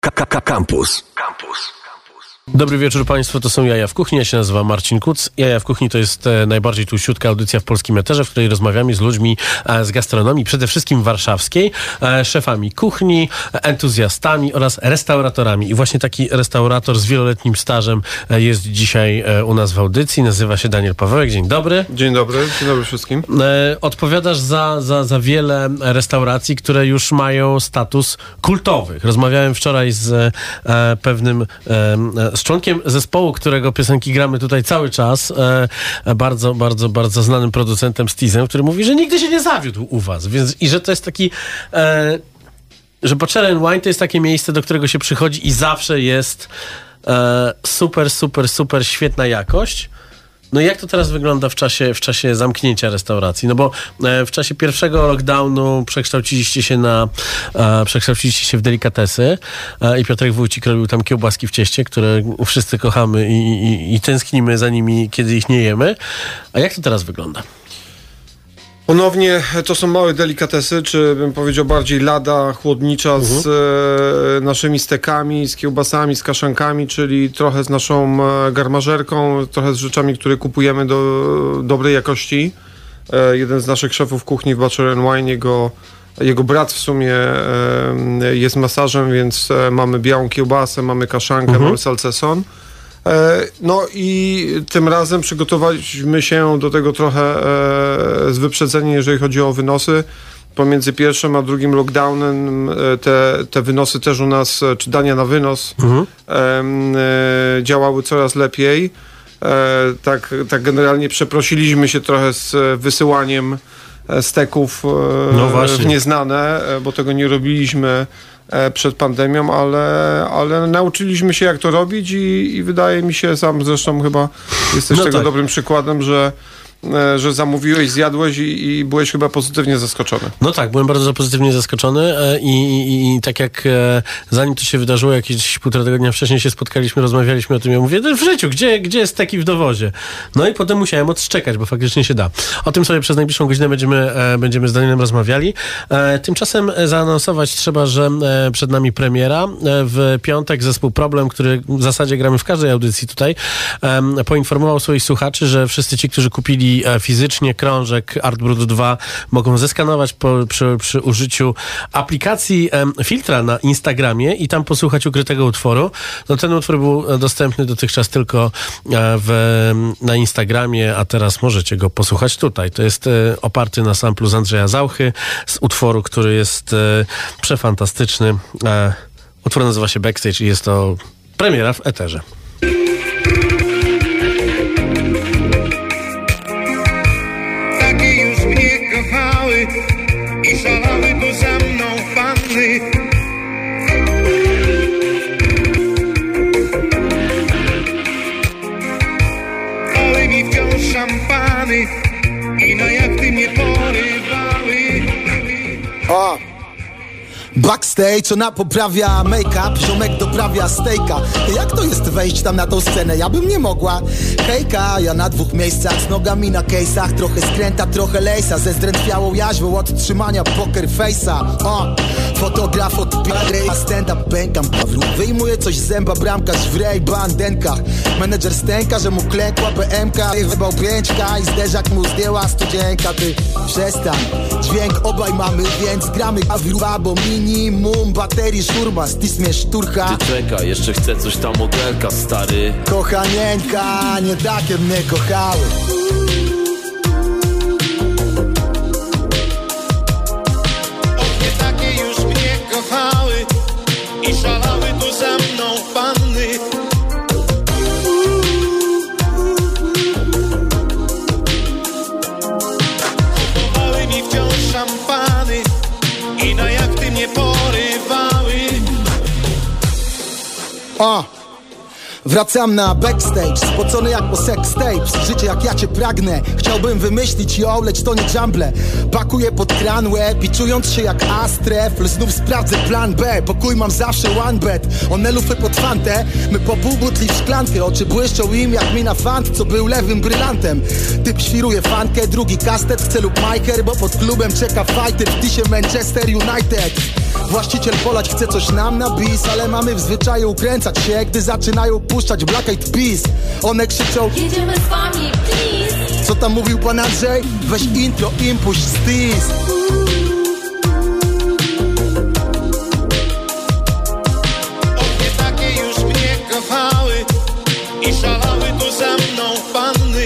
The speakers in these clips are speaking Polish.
Campus. Dobry wieczór Państwu, to są Jaja w Kuchni, ja się nazywam Marcin Kuc. Jaja w Kuchni to jest najbardziej tuściutka audycja w polskim eterze, w której rozmawiamy z ludźmi z gastronomii, przede wszystkim warszawskiej, szefami kuchni, entuzjastami oraz restauratorami. I właśnie taki restaurator z wieloletnim stażem jest dzisiaj u nas w audycji, nazywa się Daniel Pawełek. Dzień dobry. Dzień dobry wszystkim. Odpowiadasz za wiele restauracji, które już mają status kultowych. Rozmawiałem wczoraj z pewnym z członkiem zespołu, którego piosenki gramy tutaj cały czas, bardzo znanym producentem Stizem, który mówi, że nigdy się nie zawiódł u was. Więc, i że to jest taki, że Butcher & Wine to jest takie miejsce, do którego się przychodzi i zawsze jest super świetna jakość. No i jak to teraz wygląda w czasie zamknięcia restauracji? No bo w czasie pierwszego lockdownu przekształciliście się w delikatesy i Piotrek Wójcik robił tam kiełbaski w cieście, które wszyscy kochamy i tęsknimy za nimi, kiedy ich nie jemy. A jak to teraz wygląda? Ponownie to są małe delikatesy, czy bym powiedział bardziej lada chłodnicza z naszymi stekami, z kiełbasami, z kaszankami, czyli trochę z naszą garmażerką, trochę z rzeczami, które kupujemy do dobrej jakości. Jeden z naszych szefów kuchni w Butcher & Wine, jego brat w sumie jest masażem, więc mamy białą kiełbasę, mamy kaszankę, mamy salceson. No i tym razem przygotowaliśmy się do tego trochę z wyprzedzeniem, jeżeli chodzi o wynosy. Pomiędzy pierwszym a drugim lockdownem te wynosy też u nas, czy dania na wynos, działały coraz lepiej. Tak generalnie przeprosiliśmy się trochę z wysyłaniem steków w nieznane, bo tego nie robiliśmy przed pandemią, ale nauczyliśmy się, jak to robić i wydaje mi się, sam zresztą chyba jesteś tego dobrym przykładem, że zamówiłeś, zjadłeś i byłeś chyba pozytywnie zaskoczony. No tak, byłem bardzo pozytywnie zaskoczony i tak jak zanim to się wydarzyło, jakieś 1,5 tygodnia wcześniej się spotkaliśmy, rozmawialiśmy o tym, ja mówię, w życiu, gdzie jest steki w dowozie? No i potem musiałem odszczekać, bo faktycznie się da. O tym sobie przez najbliższą godzinę będziemy z Danielem rozmawiali. Tymczasem zaanonsować trzeba, że przed nami premiera. W piątek zespół Problem, który w zasadzie gramy w każdej audycji tutaj, poinformował swoich słuchaczy, że wszyscy ci, którzy kupili fizycznie krążek Art Brut 2 mogą zeskanować przy użyciu aplikacji filtra na Instagramie i tam posłuchać ukrytego utworu. No ten utwór był dostępny dotychczas tylko na Instagramie, a teraz możecie go posłuchać tutaj. To jest oparty na samplu z Andrzeja Zauchy z utworu, który jest przefantastyczny. Utwór nazywa się Backstage i jest to premiera w eterze. I szalały tu za mną panny. Dały mi wciąż szampany i na jachty mnie porywały. O! Backstage, ona poprawia make-up, ziomek doprawia stejka. Jak to jest wejść tam na tą scenę? Ja bym nie mogła. Hejka, ja na 2 miejscach, z nogami na case'ach, trochę skręta, trochę lejsa, ze zdrętwiałą jaźwą od trzymania poker face'a. O! Fotograf od piary, a stand-up pękam. Pawlu wyjmuje coś z zęba, bramkarz w Ray-Ban denkach. Menedżer stęka, że mu klękła BMK, wybał 5K i zderzak mu zdjęła studzienka. Ty przestań, dźwięk obaj mamy, więc gramy a bo minimum baterii szurma, stismie szturcha. Ty czekaj, jeszcze chcę coś tam modelka, stary. Kochanieńka, nie takie mnie kochały. I szalały tu za mną panny. Kupowały mi wciąż szampany i na jachty mnie porywały. O! Wracam na backstage, spocony jak po sex tapes. Życie jak ja cię pragnę, chciałbym wymyślić ją, lecz to nie jumble. Pakuję pod kran łeb i czując się jak Astrefl, znów sprawdzę plan B. Pokój mam zawsze one bet, one lufy pod fantę. My po pół butli w szklankę, oczy błyszczą im jak mi na fant, co był lewym brylantem. Typ świruje fankę, drugi kastet chce lub majcher, bo pod klubem czeka fighter w tisie Manchester United. Właściciel polać chce coś nam na bis, ale mamy w zwyczaju kręcać się, gdy zaczynają puszczać Black Eyed Peas. One krzyczą: jedziemy z wami, please. Co tam mówił pan Andrzej? Weź intro, impuść, stis. Ognie takie już mnie kochały i szalały tu za mną panny.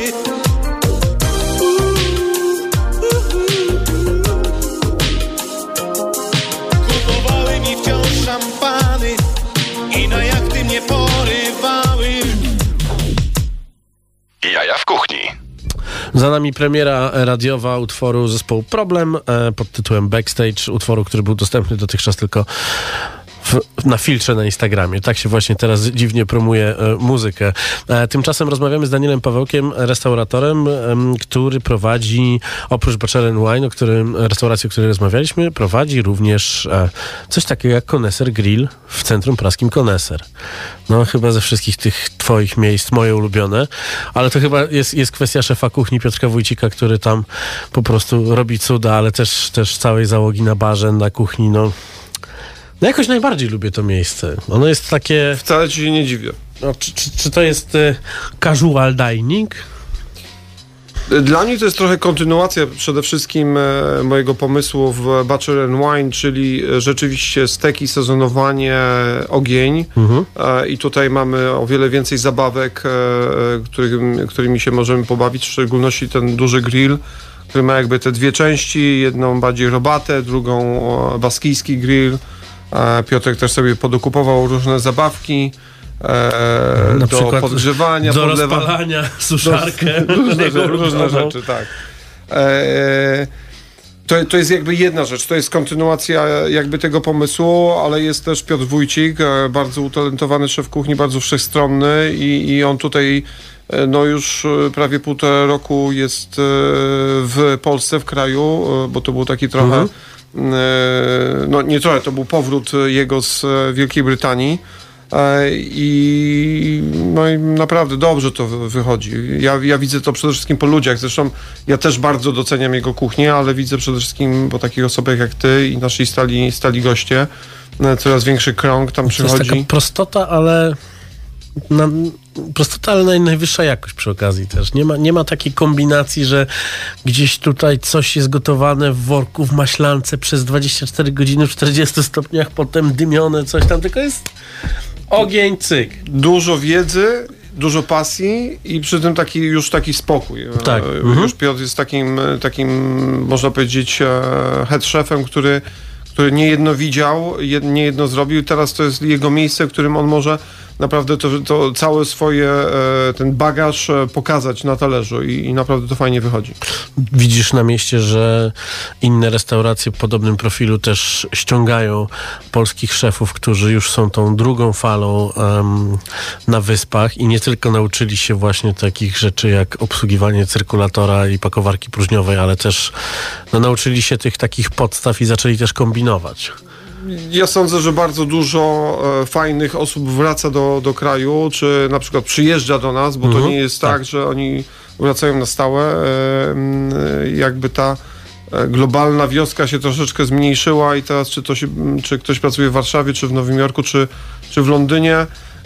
Kupowały mi wciąż szampany i na jachty mnie porywały. Jaja w kuchni. Za nami premiera radiowa utworu zespołu Problem pod tytułem Backstage, utworu, który był dostępny dotychczas tylko na filtrze na Instagramie. Tak się właśnie teraz dziwnie promuje muzykę. Tymczasem rozmawiamy z Danielem Pawełkiem, restauratorem, który prowadzi, oprócz Bachelor & Wine, restauracji, o której rozmawialiśmy, prowadzi również coś takiego jak Koneser Grill w centrum praskim Koneser. No chyba ze wszystkich tych twoich miejsc moje ulubione, ale to chyba jest kwestia szefa kuchni Piotrka Wójcika, który tam po prostu robi cuda, ale też całej załogi na barze, na kuchni, no jakoś najbardziej lubię to miejsce. Ono jest takie... Wcale ci się nie dziwię. No, czy to jest casual dining? Dla mnie to jest trochę kontynuacja przede wszystkim mojego pomysłu w Bachelor & Wine, czyli rzeczywiście steki, sezonowanie, ogień. I tutaj mamy o wiele więcej zabawek, którymi się możemy pobawić, w szczególności ten duży grill, który ma jakby te dwie części, jedną bardziej robatę, drugą baskijski grill. Piotrek też sobie podokupował różne zabawki na do przykład podgrzewania, do rozpalania, suszarkę. Różne rzeczy, tak. To jest jakby jedna rzecz, to jest kontynuacja jakby tego pomysłu, ale jest też Piotr Wójcik, bardzo utalentowany szef kuchni, bardzo wszechstronny i on tutaj no już prawie 1,5 roku jest w Polsce, w kraju, bo to był taki trochę no nie trochę, to był powrót jego z Wielkiej Brytanii i naprawdę dobrze to wychodzi. Ja widzę to przede wszystkim po ludziach, zresztą ja też bardzo doceniam jego kuchnię, ale widzę przede wszystkim po takich osobach jak ty i nasi stali goście, coraz większy krąg tam przychodzi. To jest taka prostota, ale najwyższa jakość przy okazji też. Nie ma takiej kombinacji, że gdzieś tutaj coś jest gotowane w worku, w maślance przez 24 godziny w 40 stopniach, potem dymione, coś tam, tylko jest ogień, cyk. Dużo wiedzy, dużo pasji i przy tym taki spokój. Tak. Już Piotr jest takim można powiedzieć head chefem, który niejedno widział, niejedno zrobił. Teraz to jest jego miejsce, w którym on może naprawdę to całe ten bagaż pokazać na talerzu i naprawdę to fajnie wychodzi. Widzisz na mieście, że inne restauracje w podobnym profilu też ściągają polskich szefów, którzy już są tą drugą falą na Wyspach i nie tylko nauczyli się właśnie takich rzeczy jak obsługiwanie cyrkulatora i pakowarki próżniowej, ale też nauczyli się tych takich podstaw i zaczęli też kombinować. Ja sądzę, że bardzo dużo fajnych osób wraca do kraju, czy na przykład przyjeżdża do nas, bo to nie jest tak, że oni wracają na stałe. Jakby ta globalna wioska się troszeczkę zmniejszyła i teraz czy ktoś pracuje w Warszawie, czy w Nowym Jorku, czy w Londynie,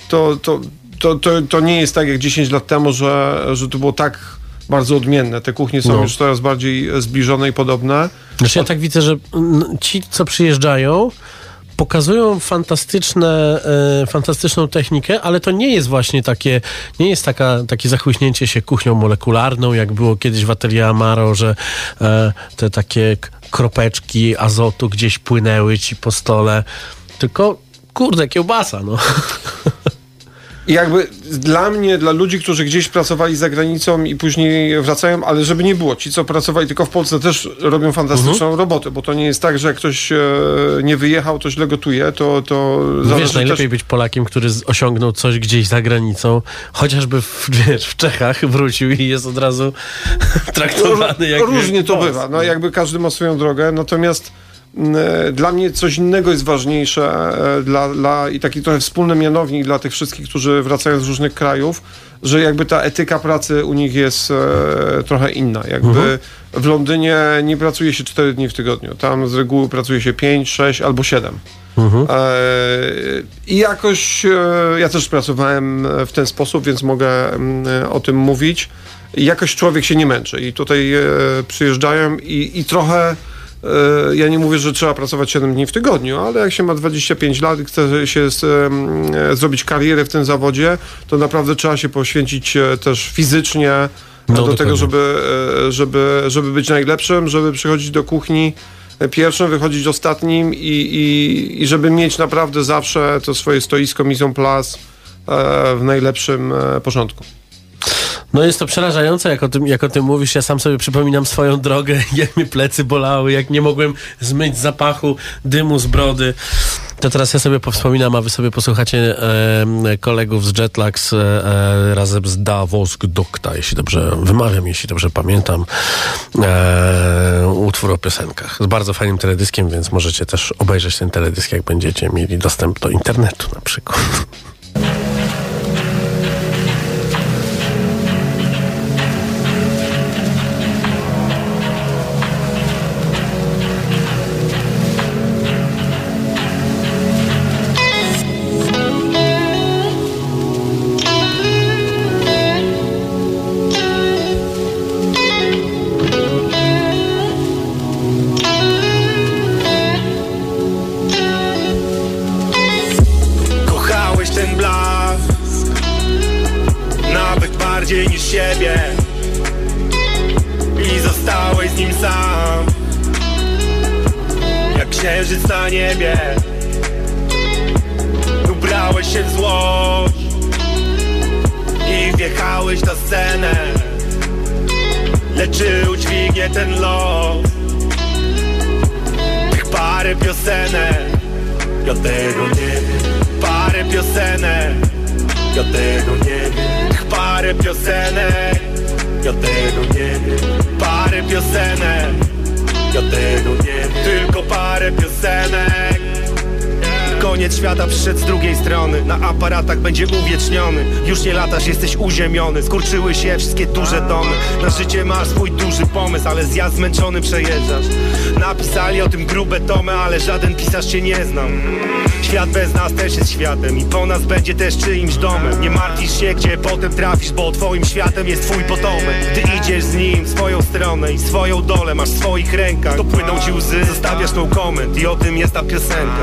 to nie jest tak jak 10 lat temu, że to było tak bardzo odmienne. Te kuchnie są już coraz bardziej zbliżone i podobne. Znaczy ja tak widzę, że ci, co przyjeżdżają, pokazują fantastyczną technikę, ale to nie jest właśnie takie zachłyśnięcie się kuchnią molekularną, jak było kiedyś w Atelier Amaro, że te takie kropeczki azotu gdzieś płynęły ci po stole. Tylko, kurde, kiełbasa, no. I jakby dla ludzi, którzy gdzieś pracowali za granicą i później wracają, ale żeby nie było, ci co pracowali tylko w Polsce też robią fantastyczną robotę, bo to nie jest tak, że jak ktoś nie wyjechał, to źle gotuje, to wiesz, najlepiej być Polakiem, który osiągnął coś gdzieś za granicą, chociażby w Czechach wrócił i jest od razu traktowany jak... Różnie to bywa, jakby każdy ma swoją drogę, natomiast dla mnie coś innego jest ważniejsze i taki trochę wspólny mianownik dla tych wszystkich, którzy wracają z różnych krajów, że jakby ta etyka pracy u nich jest trochę inna. Jakby w Londynie nie pracuje się 4 dni w tygodniu. Tam z reguły pracuje się 5, 6 albo 7. I jakoś ja też pracowałem w ten sposób, więc mogę o tym mówić. I jakoś człowiek się nie męczy. I tutaj przyjeżdżają i trochę ja nie mówię, że trzeba pracować 7 dni w tygodniu, ale jak się ma 25 lat i chce się zrobić karierę w tym zawodzie, to naprawdę trzeba się poświęcić też fizycznie do tego, żeby być najlepszym, żeby przychodzić do kuchni pierwszym, wychodzić ostatnim i żeby mieć naprawdę zawsze to swoje stoisko mise en place w najlepszym porządku. No jest to przerażające, jak o tym mówisz. Ja sam sobie przypominam swoją drogę, jak mnie plecy bolały, jak nie mogłem zmyć zapachu dymu z brody. To teraz ja sobie powspominam, a wy sobie posłuchacie kolegów z Jetlags razem z Davos Gdokta, jeśli dobrze wymawiam, jeśli dobrze pamiętam, utwór o piosenkach. Z bardzo fajnym teledyskiem, więc możecie też obejrzeć ten teledysk, jak będziecie mieli dostęp do internetu na przykład. Bardziej niż siebie i zostałeś z nim sam, jak księżyc na niebie. Ubrałeś się w złość i wjechałeś na scenę, lecz czy udźwignie ten los tych parę piosenek? Ja tego nie wiem. Parę piosenek, ja tego nie wiem. Parę piosenek, ja tego nie wiem. Parę piosenek, ja tego nie wiem. Tylko parę piosenek. Koniec świata przyszedł z drugiej strony. Na aparatach będzie uwieczniony. Już nie latasz, jesteś uziemiony. Skurczyły się wszystkie duże domy. Na życie masz swój duży pomysł, ale zjazd zmęczony przejeżdżasz. Napisali o tym grube tomy, ale żaden pisarz cię nie znam. Świat bez nas też jest światem i po nas będzie też czyimś domem. Nie martwisz się, gdzie potem trafisz, bo twoim światem jest twój potomek. Gdy idziesz z nim w swoją stronę i swoją dolę masz w swoich rękach, to płyną ci łzy, zostawiasz tą koment i o tym jest ta piosenka.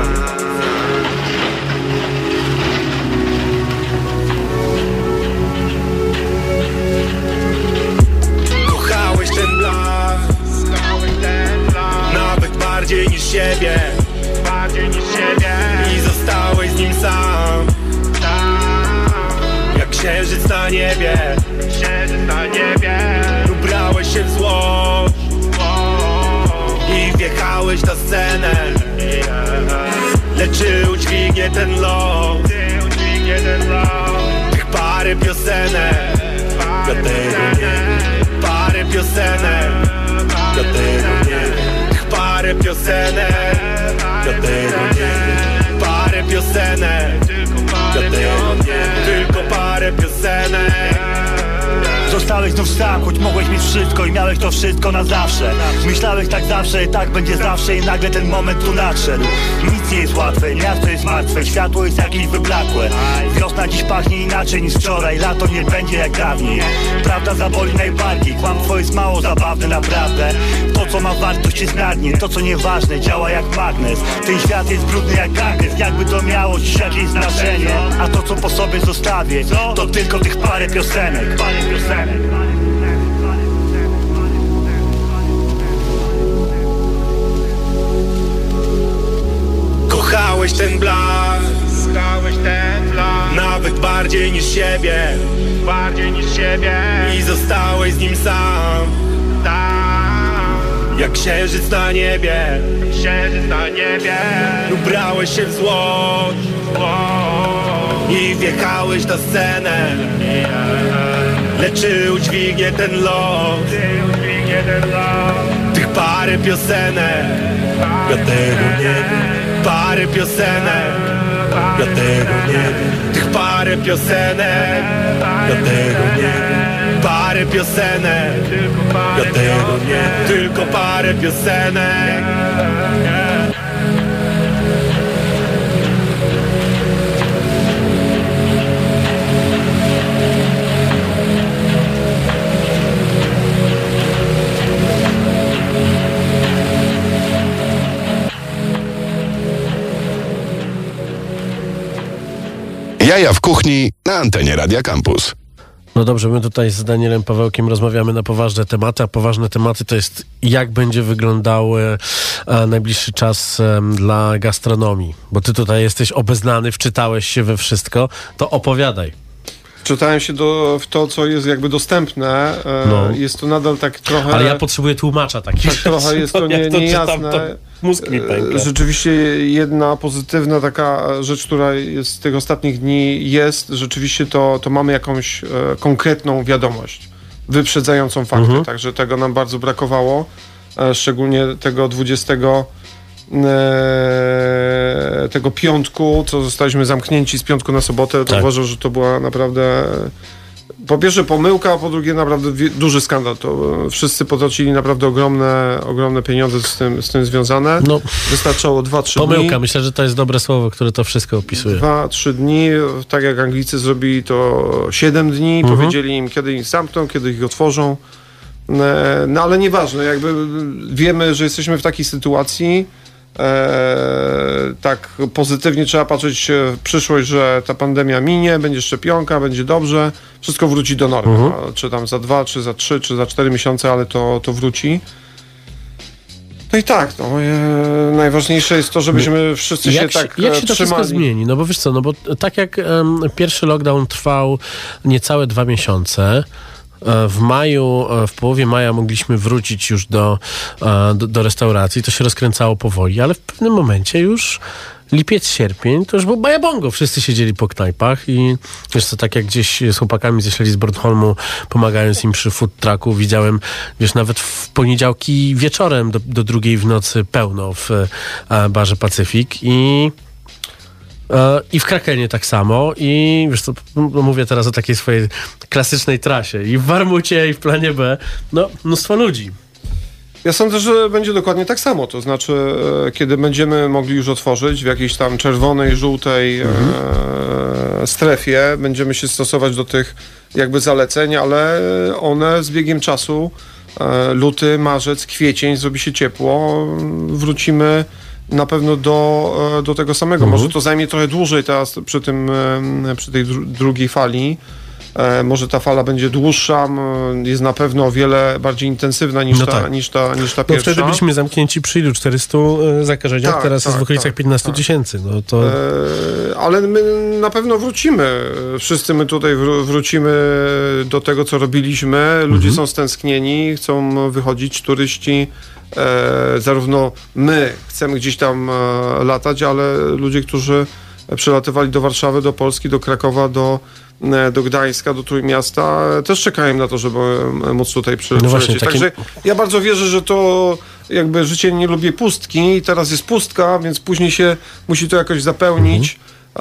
Kochałeś ten blask, nawet bardziej niż siebie. I zostałeś z nim sam, jak księżyc na niebie. Ubrałeś się w złość i wjechałeś na scenę, lecz czy udźwignie ten los tych parę piosenek? Ja tego nie wiem. Parę piosenek, ja tego nie wiem. Tych parę piosenek, ja tego nie wiem. Parę piosenek, ja tego nie wiem. Tylko parę piosenek. Zostałeś znów sam, choć mogłeś mieć wszystko i miałeś to wszystko na zawsze. Myślałeś tak zawsze i tak będzie zawsze i nagle ten moment tu nadszedł. Nic nie jest łatwe, miasto jest martwe, światło jest jakieś wyblakłe. Wiosna dziś pachnie inaczej niż wczoraj, lato nie będzie jak dawniej. Prawda zaboli najbardziej, kłamstwo jest mało zabawne naprawdę. To co ma wartość jest na dnie, to co nieważne działa jak magnes. Ten świat jest brudny jak ganges, jakby to miało dziś jakieś znaczenie. A to co po sobie zostawię, to tylko tych parę piosenek. Kochałeś ten blask, nawet bardziej niż siebie. I zostałeś z nim sam, jak księżyc na niebie. Ubrałeś się w złość i wjechałeś na scenę, lecz czy udźwignie ten los tych parę piosenek? ja tego nie wiem. Parę piosenek, ja tego nie wiem. Tych parę piosenek, ja tego nie wiem. Parę piosenek, ja tego nie wiem. Tylko parę piosenek. Jaja w kuchni na antenie Radia Campus. No dobrze, my tutaj z Danielem Pawełkiem rozmawiamy na poważne tematy, a poważne tematy to jest jak będzie wyglądał najbliższy czas dla gastronomii. Bo ty tutaj jesteś obeznany, wczytałeś się we wszystko, to opowiadaj. Czytałem się w to, co jest jakby dostępne. Jest to nadal tak trochę... Ale ja potrzebuję tłumacza takich rzeczy. Trochę jest to niejasne. Mózg mi pęka. Rzeczywiście jedna pozytywna taka rzecz, która jest z tych ostatnich dni jest, rzeczywiście to mamy jakąś konkretną wiadomość, wyprzedzającą fakty. Także tego nam bardzo brakowało. Szczególnie tego 20 tego piątku, co zostaliśmy zamknięci z piątku na sobotę, to uważam, że to była naprawdę po pierwsze pomyłka, a po drugie naprawdę duży skandal. To wszyscy potracili naprawdę ogromne pieniądze z tym związane. No, wystarczało 2-3 dni. Pomyłka, myślę, że to jest dobre słowo, które to wszystko opisuje. 2-3 dni, tak jak Anglicy zrobili to 7 dni, powiedzieli im, kiedy ich zamkną, kiedy ich otworzą. No ale nieważne, jakby wiemy, że jesteśmy w takiej sytuacji. Tak pozytywnie trzeba patrzeć w przyszłość, że ta pandemia minie, będzie szczepionka, będzie dobrze, wszystko wróci do normy. Czy tam za 2, czy za 3, czy za 4 miesiące, ale to wróci. No i tak, najważniejsze jest to, żebyśmy wszyscy się tak trzymali. Jak się to wszystko zmieni? No bo wiesz co, no bo tak jak pierwszy lockdown trwał niecałe 2 miesiące, w maju, w połowie maja mogliśmy wrócić już do restauracji, to się rozkręcało powoli, ale w pewnym momencie już lipiec, sierpień, to już był bajabongo. Wszyscy siedzieli po knajpach i wiesz co, tak jak gdzieś z chłopakami zeszli z Bornholmu, pomagając im przy food trucku, widziałem, wiesz, nawet w poniedziałki wieczorem do 2 w nocy pełno w barze Pacyfik i w Krakenie tak samo i wiesz co, mówię teraz o takiej swojej klasycznej trasie i w Warmucie i w planie B, no mnóstwo ludzi. Ja sądzę, że będzie dokładnie tak samo, to znaczy kiedy będziemy mogli już otworzyć w jakiejś tam czerwonej, żółtej strefie, będziemy się stosować do tych jakby zaleceń, ale one z biegiem czasu, luty, marzec, kwiecień, zrobi się ciepło, wrócimy na pewno do tego samego. Może to zajmie trochę dłużej teraz przy tej drugiej fali. Może ta fala będzie dłuższa, jest na pewno o wiele bardziej intensywna niż ta pierwsza. No wtedy byliśmy zamknięci przy ilu? 400 zakażeniach, teraz jest w okolicach 15 tysięcy. No to... ale my na pewno wrócimy. Wszyscy my tutaj wrócimy do tego, co robiliśmy. Ludzie są stęsknieni, chcą wychodzić, turyści. Zarówno my chcemy gdzieś tam latać, ale ludzie, którzy przylatywali do Warszawy, do Polski, do Krakowa, do Gdańska, do Trójmiasta, też czekają na to, żeby móc tutaj przylecieć. Także ja bardzo wierzę, że to jakby życie nie lubi pustki i teraz jest pustka, więc później się musi to jakoś zapełnić.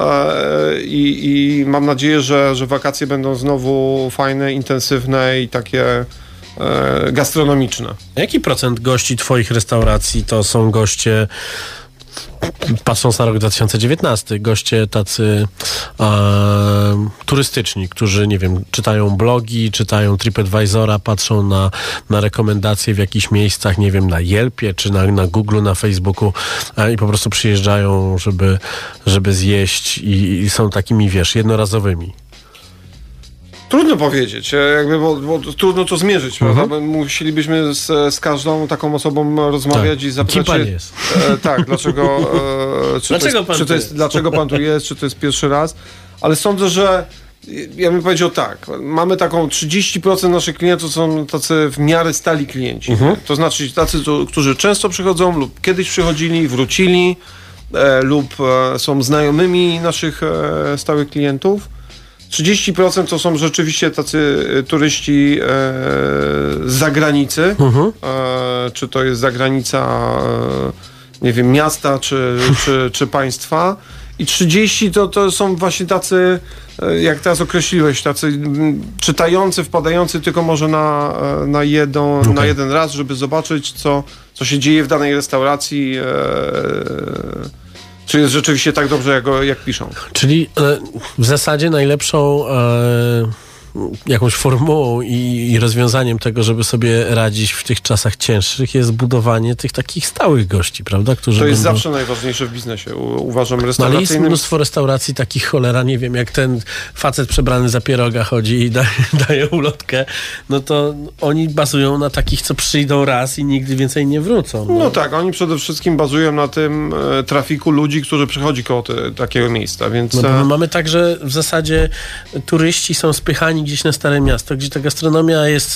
I mam nadzieję, że wakacje będą znowu fajne, intensywne i takie gastronomiczne. Jaki procent gości twoich restauracji to są goście, patrząc na rok 2019, goście tacy turystyczni, którzy, nie wiem, czytają blogi, czytają TripAdvisora, patrzą na rekomendacje w jakichś miejscach, nie wiem, na Yelpie, czy na Google, na Facebooku i po prostu przyjeżdżają, żeby zjeść i są takimi, wiesz, jednorazowymi. Trudno powiedzieć, jakby, bo trudno to zmierzyć, prawda? Musielibyśmy z każdą taką osobą rozmawiać i zapytać się, jest? Tak, dlaczego dlaczego pan tu jest, czy to jest pierwszy raz, ale sądzę, że ja bym powiedział tak, mamy taką 30% naszych klientów są tacy w miarę stali klienci, to znaczy tacy, którzy często przychodzą lub kiedyś przychodzili, wrócili lub są znajomymi naszych stałych klientów. 30% to są rzeczywiście tacy turyści z zagranicy, czy to jest zagranica nie wiem, miasta czy państwa. I 30 to są właśnie tacy, jak teraz określiłeś, tacy czytający, wpadający tylko może na jeden raz, żeby zobaczyć, co się dzieje w danej restauracji, czy jest rzeczywiście tak dobrze, jak piszą. Czyli w zasadzie najlepszą jakąś formułą i rozwiązaniem tego, żeby sobie radzić w tych czasach cięższych, jest budowanie tych takich stałych gości, prawda? Którzy to jest zawsze najważniejsze w biznesie, uważam, restauracyjnym. Ale jest mnóstwo restauracji takich, cholera, nie wiem, jak ten facet przebrany za pieroga chodzi i daje ulotkę, no to oni bazują na takich, co przyjdą raz i nigdy więcej nie wrócą. No tak, oni przede wszystkim bazują na tym trafiku ludzi, którzy przychodzi koło takiego miejsca, więc... No, my mamy tak, że w zasadzie turyści są spychani gdzieś na Stare Miasto, gdzie ta gastronomia jest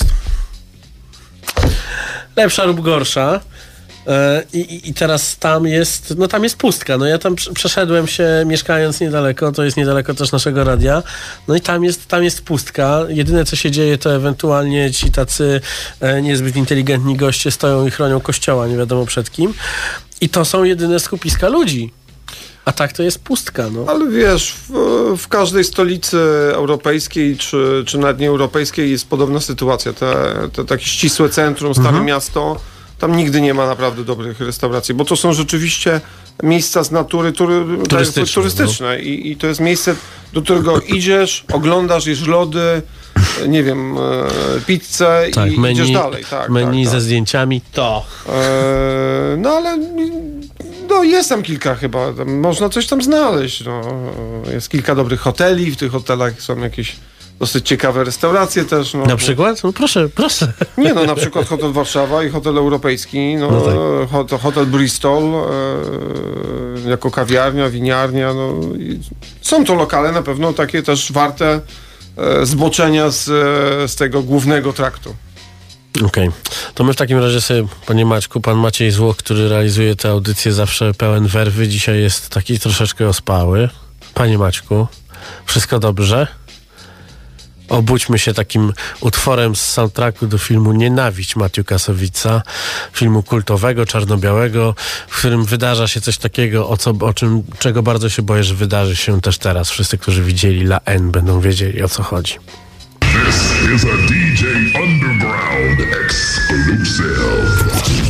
lepsza lub gorsza. I teraz tam jest pustka. No ja tam przeszedłem się, mieszkając niedaleko, to jest niedaleko też naszego radia, no i tam jest pustka. Jedyne, co się dzieje, to ewentualnie ci tacy niezbyt inteligentni goście stoją i chronią kościoła, nie wiadomo przed kim. I to są jedyne skupiska ludzi. A tak to jest pustka, no. Ale wiesz, w każdej stolicy europejskiej czy nawet nieeuropejskiej jest podobna sytuacja. Te takie ścisłe centrum, stare miasto, tam nigdy nie ma naprawdę dobrych restauracji, bo to są rzeczywiście miejsca z natury turystyczne. No. I to jest miejsce, do którego idziesz, oglądasz, jesz lody, nie wiem, pizzę i menu, idziesz dalej. Menu ze zdjęciami to. No ale jest tam kilka chyba, można coś tam znaleźć. No. Jest kilka dobrych hoteli, w tych hotelach są jakieś dosyć ciekawe restauracje też. No. Na przykład? No proszę. Nie, no na przykład Hotel Warszawa i Hotel Europejski, tak. Hotel Bristol jako kawiarnia, winiarnia. No. Są to lokale na pewno takie też warte zboczenia z tego głównego traktu. Okej. To my w takim razie sobie, panie Maćku, pan Maciej Złoch, który realizuje tę audycję zawsze pełen werwy, dzisiaj jest taki troszeczkę ospały. Panie Maćku, wszystko dobrze? Obudźmy się takim utworem z soundtracku do filmu Nienawiść Matthew Kasowica, filmu kultowego, czarno-białego, w którym wydarza się coś takiego, czego bardzo się boję, że wydarzy się też teraz. Wszyscy, którzy widzieli La N, będą wiedzieli, o co chodzi. This is a DJ Underground exclusive.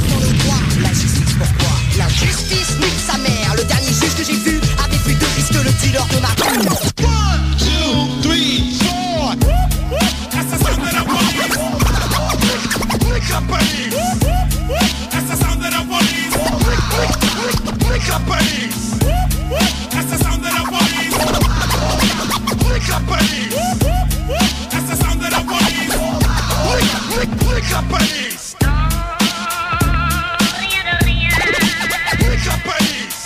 La justice nique sa mère. Le dernier juge que j'ai vu avait plus de risque que le dealer de ma... 1, 2, 3, 4. Assassin de la police. Nique la police. Assassin de la police. Nique la police. Assassin de la police. Nique la police. Assassin de la police. Nique la police. Nique la police.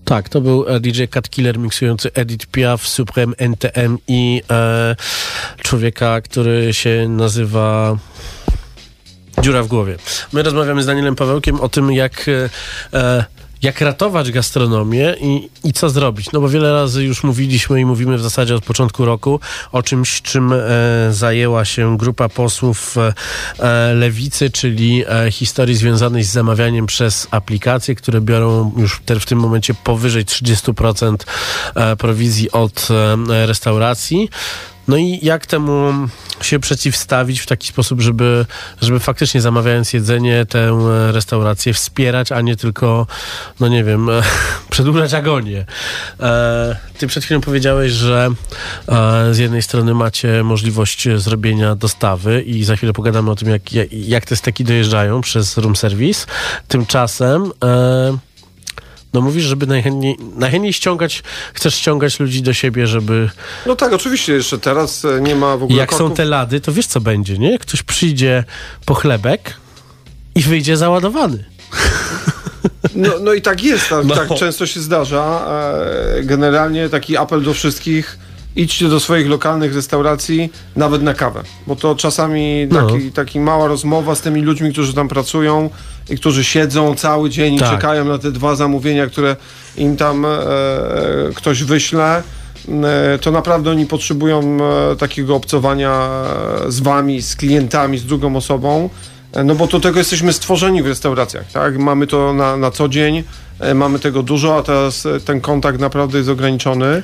Tak, to był DJ Cat Killer miksujący Edith Piaf, Supreme NTM i człowieka, który się nazywa Dziura w głowie. My rozmawiamy z Danielem Pawełkiem o tym, jak ratować gastronomię i co zrobić. No bo wiele razy już mówiliśmy i mówimy w zasadzie od początku roku o czymś, czym zajęła się grupa posłów Lewicy, czyli historii związanej z zamawianiem przez aplikacje, które biorą już w tym momencie powyżej 30% prowizji od restauracji. No i jak temu się przeciwstawić w taki sposób, żeby faktycznie zamawiając jedzenie tę restaurację wspierać, a nie tylko, no nie wiem, przedłużać agonię. Ty przed chwilą powiedziałeś, że z jednej strony macie możliwość zrobienia dostawy i za chwilę pogadamy o tym, jak te steki dojeżdżają przez room service. Tymczasem no mówisz, żeby najchętniej chcesz ściągać ludzi do siebie, żeby... No tak, oczywiście, jeszcze teraz nie ma w ogóle jak korków. Są te lady, to wiesz co będzie, nie? Ktoś przyjdzie po chlebek i wyjdzie załadowany. No i tak jest, tak często się zdarza. Generalnie taki apel do wszystkich: idźcie do swoich lokalnych restauracji nawet na kawę, bo to czasami taki mała rozmowa z tymi ludźmi, którzy tam pracują i którzy siedzą cały dzień i czekają na te 2 zamówienia, które im tam ktoś wyśle. To naprawdę oni potrzebują takiego obcowania z wami, z klientami, z drugą osobą, no bo do tego jesteśmy stworzeni w restauracjach, tak? Mamy to na co dzień, mamy tego dużo, a teraz ten kontakt naprawdę jest ograniczony.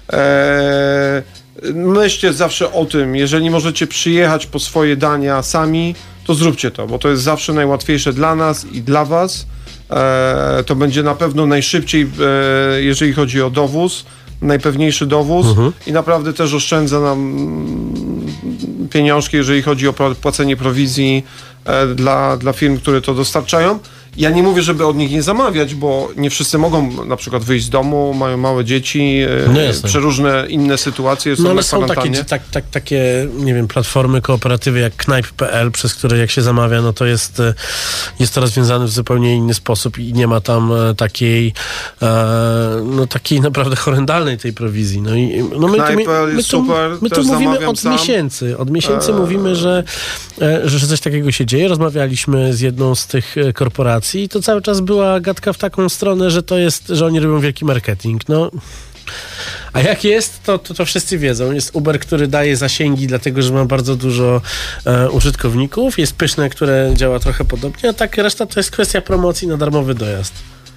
Myślcie zawsze o tym, jeżeli możecie przyjechać po swoje dania sami, to zróbcie to, bo to jest zawsze najłatwiejsze dla nas i dla was. To będzie na pewno najszybciej, jeżeli chodzi o dowóz, najpewniejszy dowóz i naprawdę też oszczędza nam pieniążki, jeżeli chodzi o płacenie prowizji dla firm, które to dostarczają. Ja nie mówię, żeby od nich nie zamawiać, bo nie wszyscy mogą na przykład wyjść z domu, mają małe dzieci, przeróżne inne sytuacje. No ale są takie, nie wiem, platformy, kooperatywy jak knajp.pl, przez które jak się zamawia, no to jest to rozwiązane w zupełnie inny sposób i nie ma tam takiej naprawdę horrendalnej tej prowizji. No i my to mówimy od miesięcy. Od miesięcy mówimy, że coś takiego się dzieje. Rozmawialiśmy z jedną z tych korporacji i to cały czas była gadka w taką stronę, że oni robią wielki marketing. No, a jak jest, to wszyscy wiedzą. Jest Uber, który daje zasięgi, dlatego że ma bardzo dużo użytkowników. Jest Pyszne, które działa trochę podobnie, a tak reszta to jest kwestia promocji na darmowy dojazd.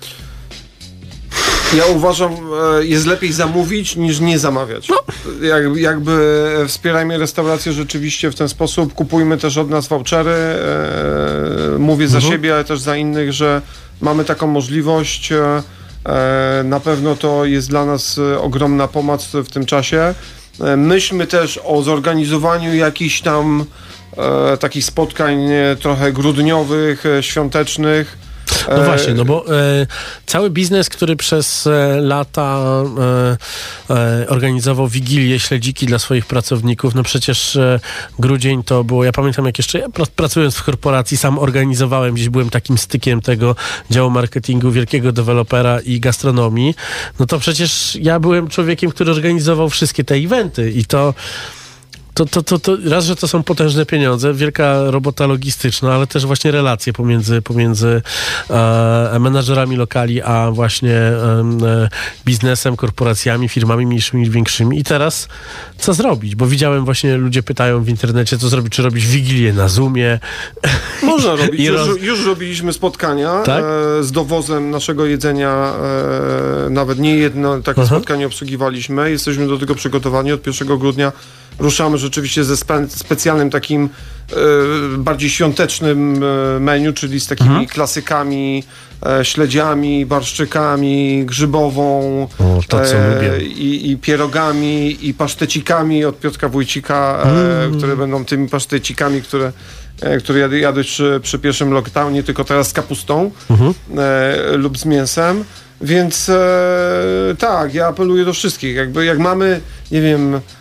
Ja uważam, jest lepiej zamówić niż nie zamawiać. No. Jakby wspierajmy restaurację rzeczywiście w ten sposób, kupujmy też od nas vouchery. Mówię za siebie, ale też za innych, że mamy taką możliwość. Na pewno to jest dla nas ogromna pomoc w tym czasie. Myślmy też o zorganizowaniu jakichś tam takich spotkań trochę grudniowych, świątecznych. No właśnie, no bo cały biznes, który przez lata organizował wigilię, śledziki dla swoich pracowników, no przecież grudzień to było, ja pamiętam jak jeszcze ja pracując w korporacji sam organizowałem, gdzieś byłem takim stykiem tego działu marketingu wielkiego dewelopera i gastronomii, no to przecież ja byłem człowiekiem, który organizował wszystkie te eventy i to raz, że to są potężne pieniądze, wielka robota logistyczna, ale też właśnie relacje pomiędzy menadżerami lokali, a właśnie biznesem, korporacjami, firmami mniejszymi i większymi. I teraz co zrobić? Bo widziałem właśnie, ludzie pytają w internecie, co zrobić, czy robić wigilię na Zoomie. Można robić. Już robiliśmy spotkania z dowozem naszego jedzenia. Nawet nie jedno takie spotkanie obsługiwaliśmy. Jesteśmy do tego przygotowani. Od 1 grudnia ruszamy rzeczywiście ze specjalnym takim bardziej świątecznym menu, czyli z takimi klasykami, śledziami, barszczykami, grzybową, to, co lubię. I pierogami, i pasztecikami od Piotrka Wójcika, które będą tymi pasztecikami, które jadłeś przy pierwszym lockdownie, tylko teraz z kapustą lub z mięsem. Więc tak, ja apeluję do wszystkich. Jak mamy, nie wiem,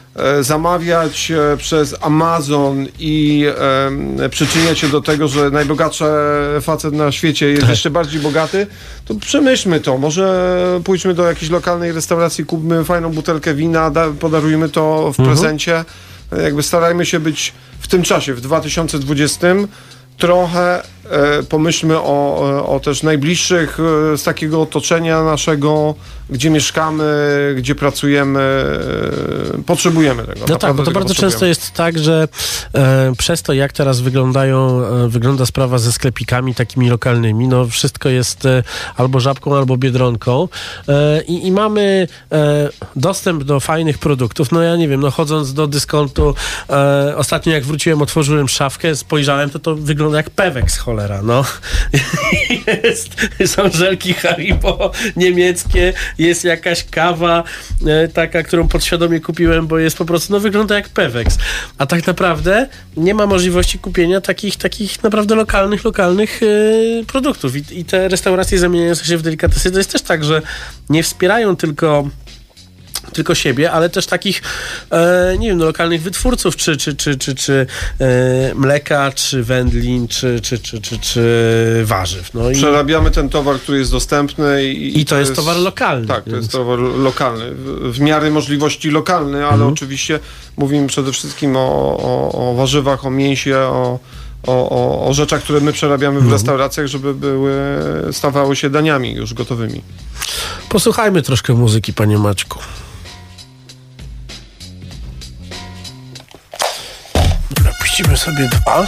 zamawiać przez Amazon i przyczyniać się do tego, że najbogatszy facet na świecie jest jeszcze bardziej bogaty, to przemyślmy to. Może pójdźmy do jakiejś lokalnej restauracji, kupmy fajną butelkę wina, podarujmy to w prezencie. Jakby starajmy się być w tym czasie, w 2020 trochę pomyślmy o też najbliższych z takiego otoczenia naszego, gdzie mieszkamy, gdzie pracujemy, potrzebujemy tego. No tak, bo to bardzo często jest tak, że przez to, jak teraz wygląda sprawa ze sklepikami takimi lokalnymi, no wszystko jest albo Żabką, albo Biedronką i mamy dostęp do fajnych produktów. No ja nie wiem, no chodząc do dyskontu, ostatnio jak wróciłem, otworzyłem szafkę, spojrzałem, to wygląda jak Pewex, cholera, no. Są żelki Haribo niemieckie, jest jakaś kawa taka, którą podświadomie kupiłem, bo jest po prostu, no wygląda jak Pewex. A tak naprawdę nie ma możliwości kupienia takich naprawdę lokalnych produktów. I te restauracje zamieniające się w delikatesy, to jest też tak, że nie wspierają tylko siebie, ale też takich, nie wiem, lokalnych wytwórców, czy mleka, czy wędlin, czy warzyw. No przerabiamy ten towar, który jest dostępny i to jest towar lokalny. Tak, to jest towar lokalny. W miarę możliwości lokalny, ale oczywiście mówimy przede wszystkim o warzywach, o mięsie, o rzeczach, które my przerabiamy w restauracjach, żeby stawały się daniami już gotowymi. Posłuchajmy troszkę muzyki, panie Maćku. Dobra, puścimy sobie 2.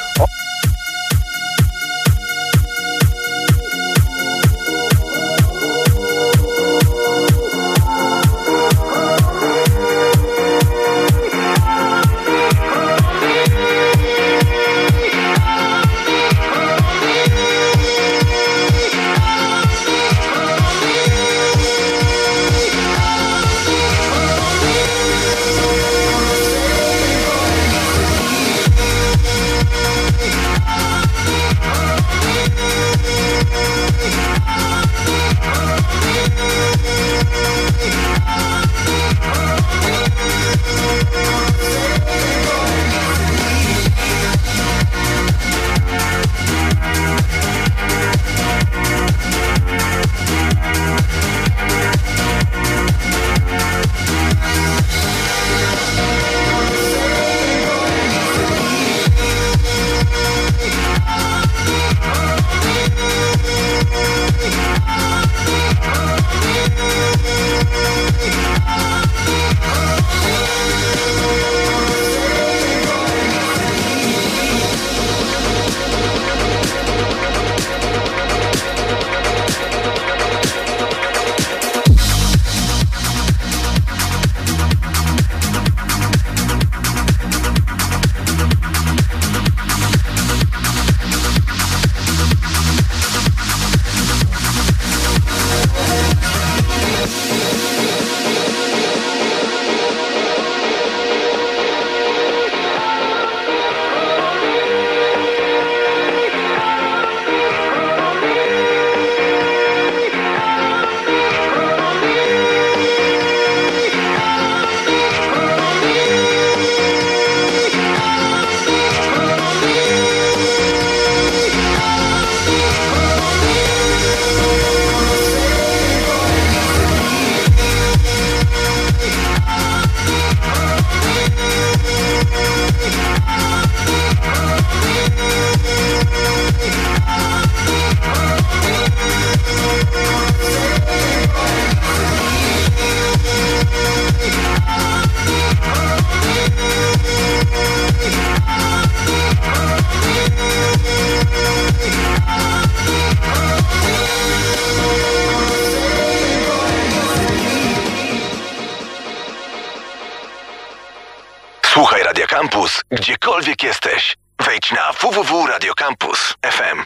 Słuchaj Radia Campus, gdziekolwiek jesteś. Wejdź na www.radiocampus.fm.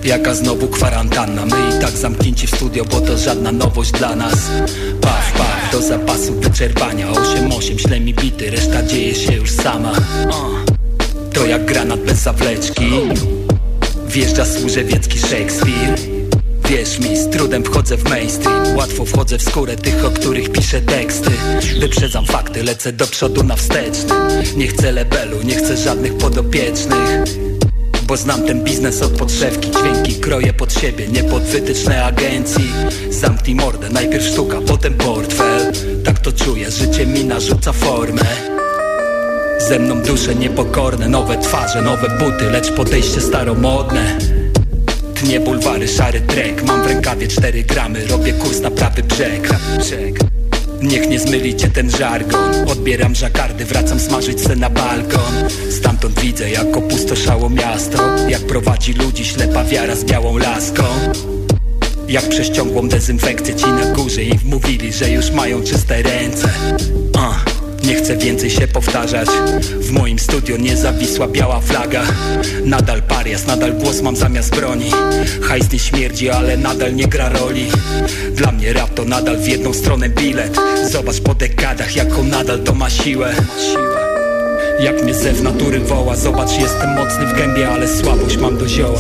Jaka znowu kwarantanna, my i tak zamknięci w studio, bo to żadna nowość dla nas. Paf, paf, do zapasu wyczerpania 8-8, śle mi bity, reszta dzieje się już sama. To jak granat bez zawleczki, wjeżdża służewiecki Szekspir. Wierz mi, z trudem wchodzę w mainstream, łatwo wchodzę w skórę tych, o których piszę teksty. Wyprzedzam fakty, lecę do przodu na wstecznym. Nie chcę labelu, nie chcę żadnych podopiecznych, bo znam ten biznes od podszewki. Dźwięki kroję pod siebie, nie pod wytyczne agencji. Zamknij mordę, najpierw sztuka, potem portfel. Tak to czuję, życie mi narzuca formę. Ze mną dusze niepokorne, nowe twarze, nowe buty, lecz podejście staromodne. Tnie bulwary, szary trek, mam w rękawie 4 gramy, robię kurs na prawy brzeg. Niech nie zmyli cię ten żargon, odbieram żakardy, wracam smażyć se na balkon. Stamtąd widzę, jak opustoszało miasto, jak prowadzi ludzi ślepa wiara z białą laską. Jak przez ciągłą dezynfekcję ci na górze im wmówili, że już mają czyste ręce. Nie chcę więcej się powtarzać, w moim studio nie zawisła biała flaga. Nadal parias, nadal głos mam zamiast broni. Hajs nie śmierdzi, ale nadal nie gra roli. Dla mnie rap to nadal w jedną stronę bilet. Zobacz po dekadach, jaką nadal to ma siłę. Jak mnie zew natury woła, zobacz, jestem mocny w gębie, ale słabość mam do zioła.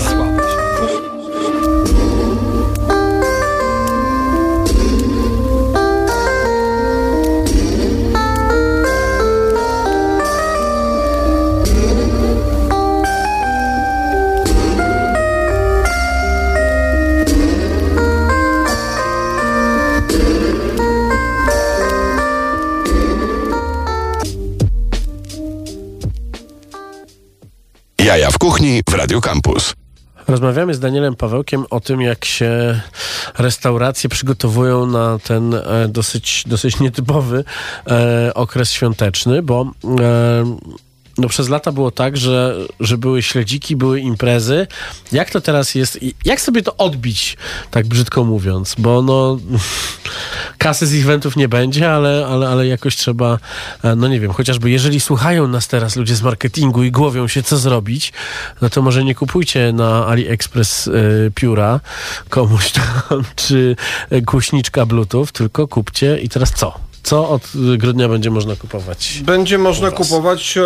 Jaja w kuchni w Radio Campus. Rozmawiamy z Danielem Pawełkiem o tym, jak się restauracje przygotowują na ten dosyć nietypowy okres świąteczny, bo no przez lata było tak, że były śledziki, były imprezy. Jak to teraz jest? Jak sobie to odbić, tak brzydko mówiąc? Bo no kasy z eventów nie będzie, ale jakoś trzeba, no nie wiem, chociażby jeżeli słuchają nas teraz ludzie z marketingu i głowią się, co zrobić, no to może nie kupujcie na AliExpress pióra komuś tam, czy głośniczka Bluetooth, tylko kupcie i teraz co? Co od grudnia będzie można kupować? Będzie można kupować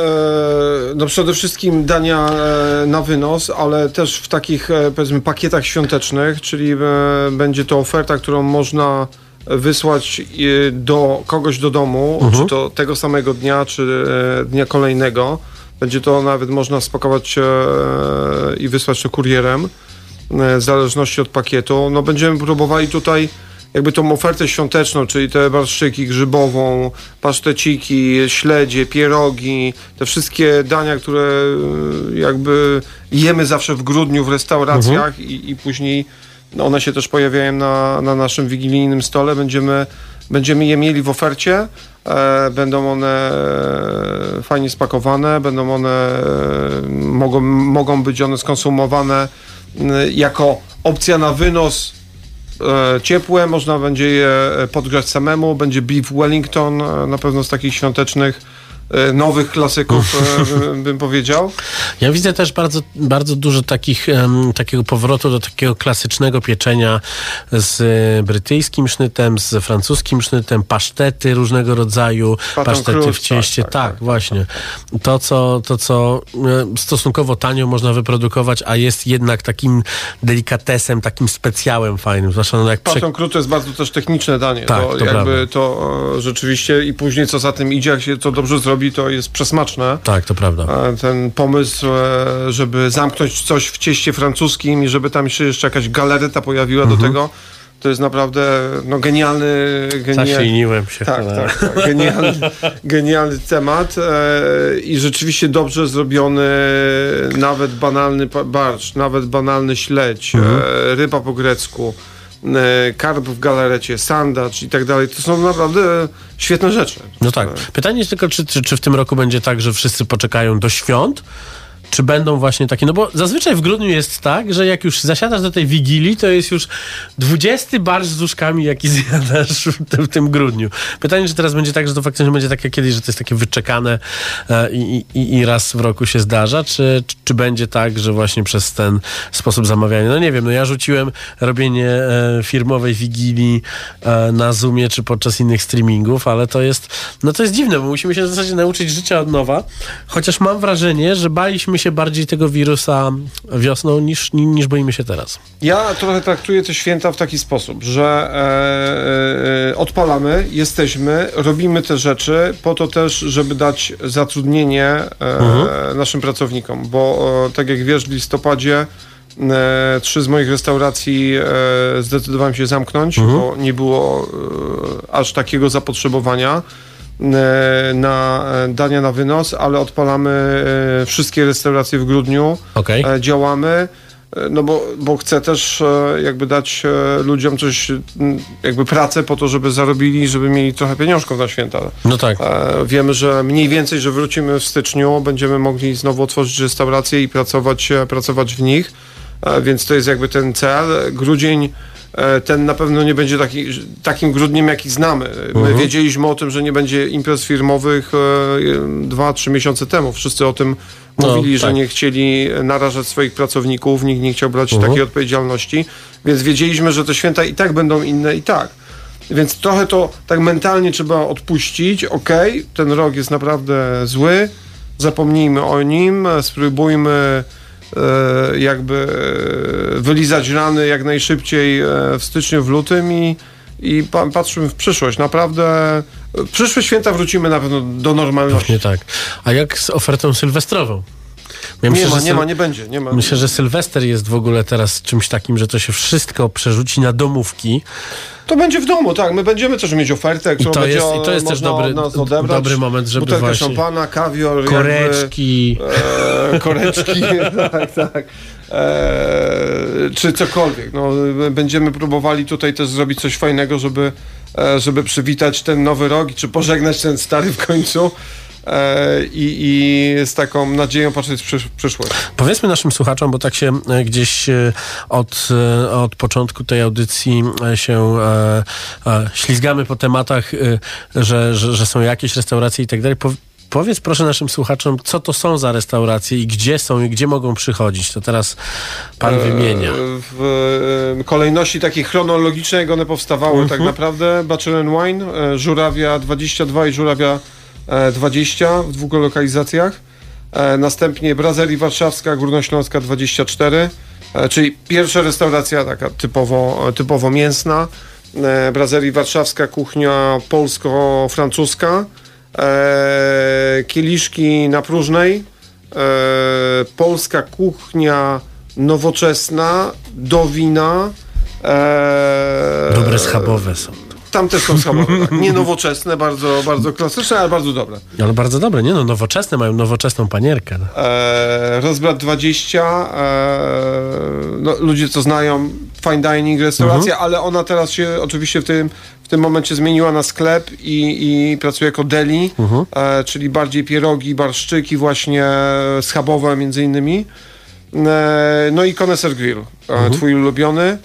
no przede wszystkim dania na wynos, ale też w takich powiedzmy pakietach świątecznych, czyli będzie to oferta, którą można wysłać do kogoś do domu, czy to tego samego dnia, czy dnia kolejnego. Będzie to nawet można spakować i wysłać to kurierem, w zależności od pakietu. No będziemy próbowali tutaj jakby tą ofertę świąteczną, czyli te barszczyki, grzybową, paszteciki, śledzie, pierogi, te wszystkie dania, które jakby jemy zawsze w grudniu w restauracjach i później one się też pojawiają na naszym wigilijnym stole. Będziemy je mieli w ofercie, będą one fajnie spakowane, będą one, mogą być one skonsumowane jako opcja na wynos, ciepłe, można będzie je podgrzać samemu, będzie beef Wellington, na pewno z takich świątecznych nowych klasyków, bym powiedział. Ja widzę też bardzo, bardzo dużo takiego powrotu do takiego klasycznego pieczenia z brytyjskim sznytem, z francuskim sznytem, pasztety różnego rodzaju, pasztety w cieście. Tak, właśnie. To, co stosunkowo tanio można wyprodukować, a jest jednak takim delikatesem, takim specjałem fajnym. Zwłaszcza no jak Paton Cruz to jest bardzo też techniczne danie. Tak, to jakby prawda. To rzeczywiście i później co za tym idzie, jak się to dobrze zrobi, to jest przesmaczne. Tak, to prawda. Ten pomysł, żeby zamknąć coś w cieście francuskim i żeby tam się jeszcze jakaś galareta pojawiła do tego, to jest naprawdę no, Zaśliniłem się. Tak. Genialny temat i rzeczywiście dobrze zrobiony, nawet banalny barszcz, nawet banalny śledź, ryba po grecku, karp w galarecie, sandacz i tak dalej. To są naprawdę świetne rzeczy. No tak. Pytanie jest tylko, czy w tym roku będzie tak, że wszyscy poczekają do świąt, czy będą właśnie takie, no bo zazwyczaj w grudniu jest tak, że jak już zasiadasz do tej Wigilii, to jest już 20 barszcz z uszkami, jaki zjadasz w tym grudniu. Pytanie, czy teraz będzie tak, że to faktycznie będzie tak jak kiedyś, że to jest takie wyczekane i raz w roku się zdarza, czy będzie tak, że właśnie przez ten sposób zamawiania, no nie wiem, no ja rzuciłem robienie firmowej Wigilii na Zoomie, czy podczas innych streamingów, ale to jest dziwne, bo musimy się w zasadzie nauczyć życia od nowa, chociaż mam wrażenie, że baliśmy się bardziej tego wirusa wiosną niż boimy się teraz. Ja trochę traktuję te święta w taki sposób, że odpalamy, jesteśmy, robimy te rzeczy po to też, żeby dać zatrudnienie naszym pracownikom, bo tak jak wiesz, w listopadzie 3 z moich restauracji zdecydowałem się zamknąć, bo nie było aż takiego zapotrzebowania na dania na wynos, ale odpalamy wszystkie restauracje w grudniu, działamy, no bo chcę też jakby dać ludziom coś, jakby pracę po to, żeby zarobili, żeby mieli trochę pieniążków na święta. No tak. Wiemy, że mniej więcej, że wrócimy w styczniu, będziemy mogli znowu otworzyć restauracje i pracować w nich, więc to jest jakby ten cel. Grudzień ten na pewno nie będzie takim grudniem, jaki znamy. My wiedzieliśmy o tym, że nie będzie imprez firmowych 2-3 miesiące temu. Wszyscy o tym mówili, że nie chcieli narażać swoich pracowników, nikt nie chciał brać takiej odpowiedzialności, więc wiedzieliśmy, że te święta i tak będą inne i tak. Więc trochę to tak mentalnie trzeba odpuścić. Ten rok jest naprawdę zły, zapomnijmy o nim, spróbujmy jakby wylizać rany jak najszybciej w styczniu, w lutym i patrzymy w przyszłość. Naprawdę przyszłe święta wrócimy na pewno do normalności. Nie tak. A jak z ofertą sylwestrową? Nie będzie. Myślę, że Sylwester jest w ogóle teraz czymś takim, że to się wszystko przerzuci na domówki. To będzie w domu, tak. My będziemy też mieć ofertę, którą to jest też dobry moment, żeby butelkę właśnie szampana, kawior, koreczki. Koreczki, tak. Czy cokolwiek. No, będziemy próbowali tutaj też zrobić coś fajnego, żeby przywitać ten nowy rok, czy pożegnać ten stary w końcu. I z taką nadzieją patrzeć w przyszłość. Powiedzmy naszym słuchaczom, bo tak się gdzieś od początku tej audycji się ślizgamy po tematach, że są jakieś restauracje i tak dalej. Powiedz proszę naszym słuchaczom, co to są za restauracje i gdzie są i gdzie mogą przychodzić. To teraz pan wymienia. W kolejności takiej chronologicznej, jak one powstawały tak naprawdę. Bachelor & Wine, Żurawia 22 i Żurawia 20 w 2 lokalizacjach. Następnie Brazerii Warszawska, Górnośląska 24, czyli pierwsza restauracja taka typowo mięsna. Brazerii Warszawska, kuchnia polsko-francuska. Kieliszki na Próżnej. Polska kuchnia nowoczesna, do wina. Dobre schabowe są. Tam też są schabowe, tak. Nie nowoczesne, bardzo, bardzo klasyczne, ale bardzo dobre. Ale bardzo dobre, nie no, nowoczesne mają nowoczesną panierkę. Rozbrat 20, ludzie co znają, fine dining, restauracja, ale ona teraz się oczywiście w tym momencie zmieniła na sklep i pracuje jako deli, czyli bardziej pierogi, barszczyki właśnie schabowe między innymi. No i Connoisseur Grill, twój ulubiony.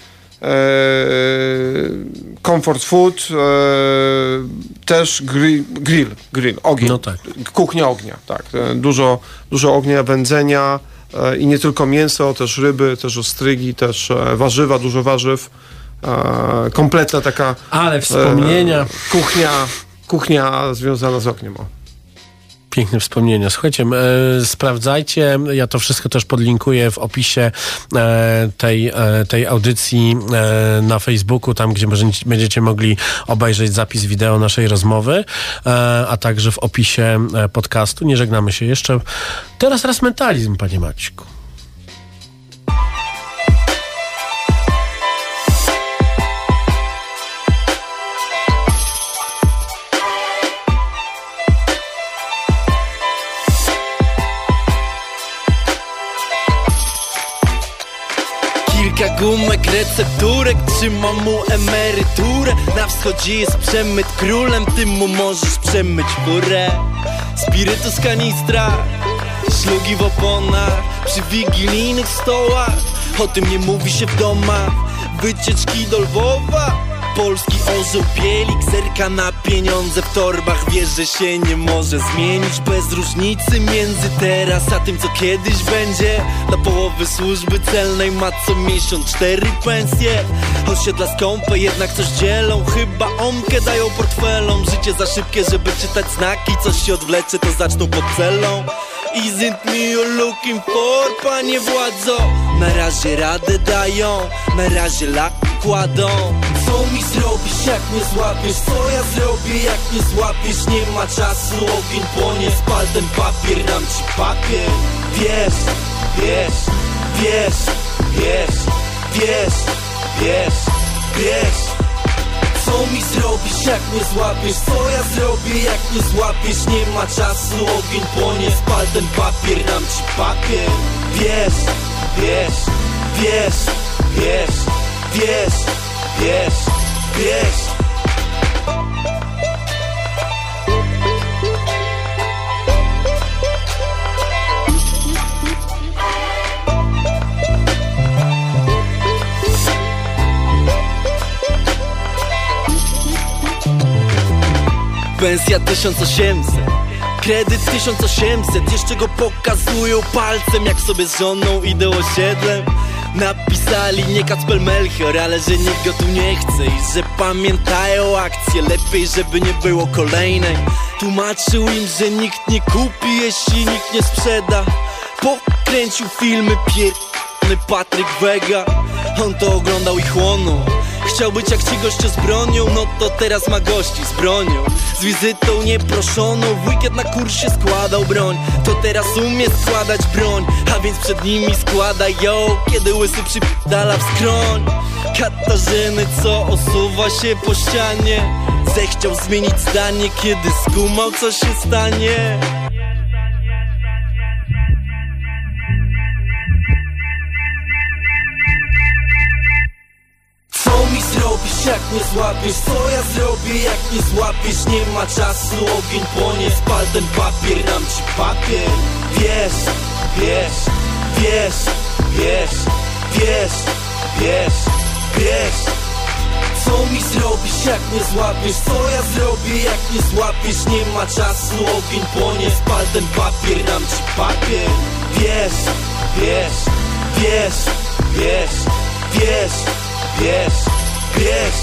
Comfort Food, też grill, ogień, no tak. Kuchnia ognia, tak. Dużo ognia, wędzenia i nie tylko mięso, też ryby, też ostrygi, też warzywa, dużo warzyw, kompletna taka wspomnienia. Kuchnia związana z ogniem. Piękne wspomnienia. Słuchajcie, sprawdzajcie, ja to wszystko też podlinkuję w opisie tej audycji na Facebooku, tam gdzie będziecie mogli obejrzeć zapis wideo naszej rozmowy, a także w opisie podcastu. Nie żegnamy się jeszcze. Teraz raz mentalizm, panie Maćku. Kilka gumek, recepturek, trzymam mu emeryturę. Na wschodzie jest przemyt królem, ty mu możesz przemyć furę. Spirytus kanistra, Szlugi w oponach, przy wigilijnych stołach. O tym nie mówi się w domach. Wycieczki do Lwowa. Polski orzeł bielik, zerka na pieniądze w torbach. Wiesz, że się nie może zmienić bez różnicy między teraz a tym, co kiedyś będzie. Dla połowy służby celnej ma co miesiąc 4 pensje. Osiedla skąpe, jednak coś dzielą. Chyba omkę dają portfelom. Życie za szybkie, żeby czytać znaki. Coś się odwlecze, to zaczną pod celą. Isn't me you're looking for, panie władzo? Na razie radę dają, na razie laki kładą. Co mi zrobisz, jak nie złapiesz? Co ja zrobię, jak nie złapiesz? Nie ma czasu, ogień płonie. Spal ten papier, dam ci papier. Wiesz, wiesz, wiesz, wiesz, wiesz, wiesz, wiesz. Co mi zrobisz, jak nie złapiesz? Co ja zrobię, jak nie złapiesz? Nie ma czasu, ogień płonie. Spal ten papier, dam ci papier. Wiesz, wiesz, wiesz, wiesz, wiesz, wiesz, wiesz. Pensja 1800, kredyt 1800. Jeszcze go pokazują palcem, jak sobie z żoną idę osiedlem. Napisali nie Kacper Melchior, ale że nikt go tu nie chce i że pamiętają akcje. Lepiej, żeby nie było kolejnej. Tłumaczył im, że nikt nie kupi, jeśli nikt nie sprzeda. Pokręcił filmy Patryk Wega. On to oglądał i chłonął. Chciał być jak ci goście z bronią, no to teraz ma gości z bronią. Z wizytą nieproszoną, w weekend na kursie składał broń. To teraz umie składać broń, a więc przed nimi składa ją. Kiedy łysy przypdala w skroń Katarzyny, co osuwa się po ścianie. Zechciał zmienić zdanie, kiedy skumał, co się stanie. Zrobisz, jak nie złapiesz? Co ja zrobię, jak nie złapiesz? Nie ma czasu, ogień płonie. Spal ten papier, dam ci papier. Wiesz, wiesz, wiesz, wiesz, wiesz, wiesz, wiesz. Co mi zrobisz, jak nie złapiesz? Co ja zrobię, jak nie złapiesz? Nie ma czasu, ogień płonie. Spal ten papier, dam ci papier. Wiesz, wiesz, wiesz, wiesz, wiesz, wiesz, wiesz.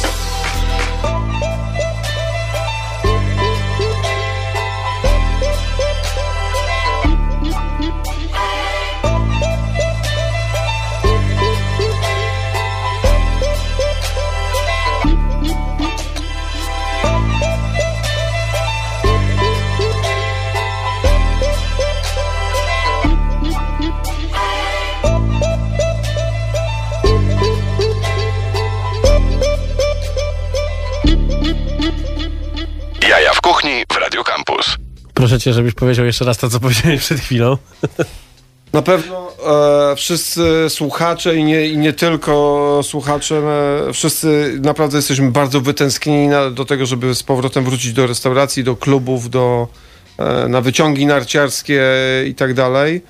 Jaja w kuchni w Radio Campus. Proszę cię, żebyś powiedział jeszcze raz to, co powiedziałeś przed chwilą. Na pewno wszyscy słuchacze i nie tylko słuchacze, wszyscy naprawdę jesteśmy bardzo wytęsknieni do tego, żeby z powrotem wrócić do restauracji, do klubów, na wyciągi narciarskie i tak dalej.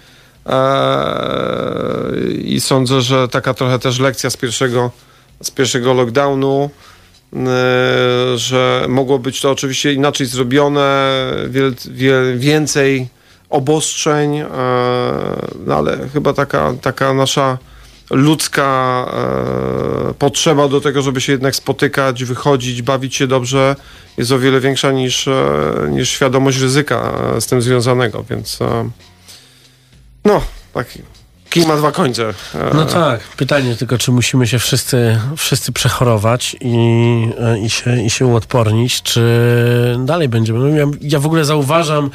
I sądzę, że taka trochę też lekcja z pierwszego lockdownu, że mogło być to oczywiście inaczej zrobione, więcej obostrzeń, no ale chyba taka nasza ludzka potrzeba do tego, żeby się jednak spotykać, wychodzić, bawić się dobrze, jest o wiele większa niż świadomość ryzyka z tym związanego, więc no, taki kij ma dwa końce. No tak, pytanie tylko, czy musimy się wszyscy przechorować i się uodpornić, czy dalej będziemy. Ja w ogóle zauważam,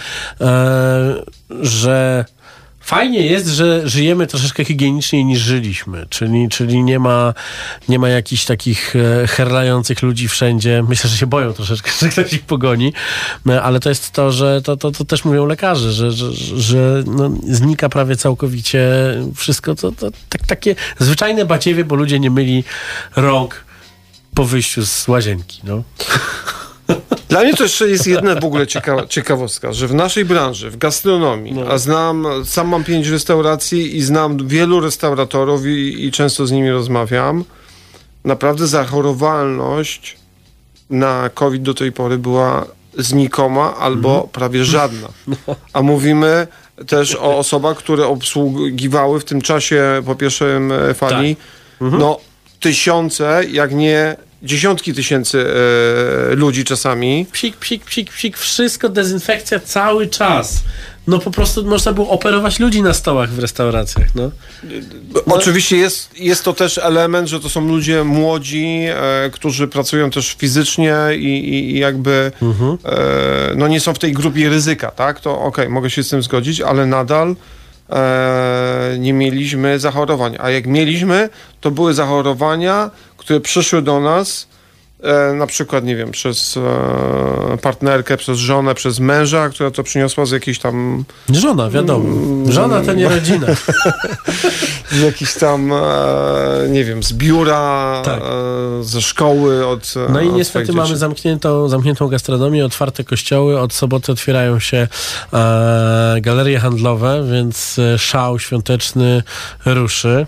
że fajnie jest, że żyjemy troszeczkę higieniczniej niż żyliśmy, czyli nie ma jakichś takich herlających ludzi wszędzie. Myślę, że się boją troszeczkę, że ktoś ich pogoni, ale to jest to, że to też mówią lekarze, że no, znika prawie całkowicie wszystko, to takie zwyczajne baciewie, bo ludzie nie myli rąk po wyjściu z łazienki, no. Dla mnie to jeszcze jest jedna w ogóle ciekawostka, że w naszej branży, w gastronomii, a sam mam 5 restauracji i znam wielu restauratorów i często z nimi rozmawiam, naprawdę zachorowalność na COVID do tej pory była znikoma albo prawie żadna. A mówimy też o osobach, które obsługiwały w tym czasie po pierwszej fali tysiące, jak nie dziesiątki tysięcy ludzi czasami. Psik, wszystko, dezynfekcja cały czas. No po prostu można było operować ludzi na stołach w restauracjach, no. Oczywiście jest to też element, że to są ludzie młodzi, którzy pracują też fizycznie i jakby nie są w tej grupie ryzyka, tak? To okej, mogę się z tym zgodzić, ale nadal nie mieliśmy zachorowań. A jak mieliśmy, to były zachorowania, które przyszły do nas na przykład, nie wiem, przez partnerkę, przez żonę, przez męża, która to przyniosła z jakiejś tam... Żona, wiadomo. Żona to nie rodzina. Z jakichś tam, nie wiem, z biura, ze szkoły, No i niestety mamy zamkniętą gastronomię, otwarte kościoły, od soboty otwierają się galerie handlowe, więc szał świąteczny ruszy.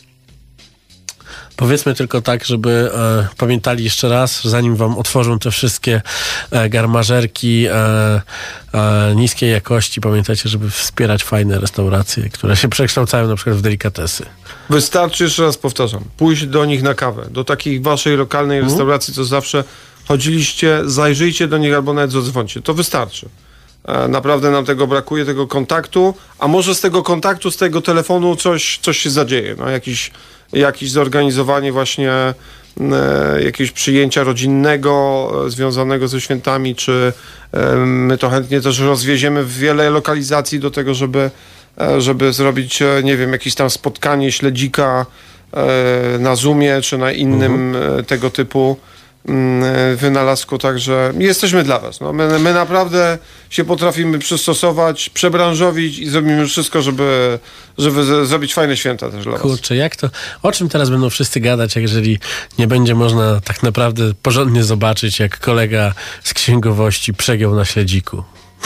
Powiedzmy tylko tak, żeby pamiętali jeszcze raz, zanim wam otworzą te wszystkie garmażerki niskiej jakości, pamiętajcie, żeby wspierać fajne restauracje, które się przekształcają na przykład w delikatesy. Wystarczy, jeszcze raz powtarzam, pójść do nich na kawę, do takiej waszej lokalnej restauracji, co zawsze chodziliście, zajrzyjcie do nich albo nawet zadzwońcie. To wystarczy. Naprawdę nam tego brakuje, tego kontaktu, a może z tego kontaktu, z tego telefonu coś się zadzieje. No, jakieś zorganizowanie właśnie jakiegoś przyjęcia rodzinnego związanego ze świętami, czy my to chętnie też rozwieziemy w wiele lokalizacji do tego, żeby zrobić, nie wiem, jakieś tam spotkanie śledzika na Zoomie, czy na innym tego typu wynalazku, także jesteśmy dla was. No, my naprawdę się potrafimy przystosować, przebranżowić i zrobimy wszystko, żeby zrobić fajne święta też dla was. Kurczę, jak to? O czym teraz będą wszyscy gadać, jeżeli nie będzie można tak naprawdę porządnie zobaczyć, jak kolega z księgowości przegiął na śledziku?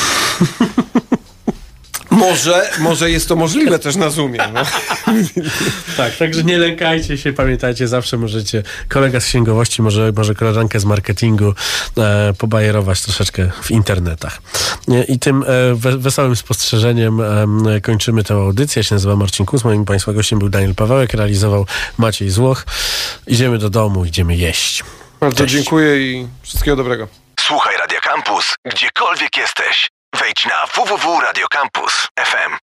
Może jest to możliwe też na Zoomie. No. Tak, także nie lękajcie się, pamiętajcie, zawsze możecie kolega z księgowości, może koleżankę z marketingu pobajerować troszeczkę w internetach. I tym wesołym spostrzeżeniem kończymy tę audycję. Ja się nazywam Marcin Kus, moim państwa gościem był Daniel Pawełek, realizował Maciej Złoch. Idziemy do domu, idziemy jeść. Bardzo dziękuję i wszystkiego dobrego. Słuchaj Radio Campus, gdziekolwiek jesteś. Wejdź na www.radiocampus.fm.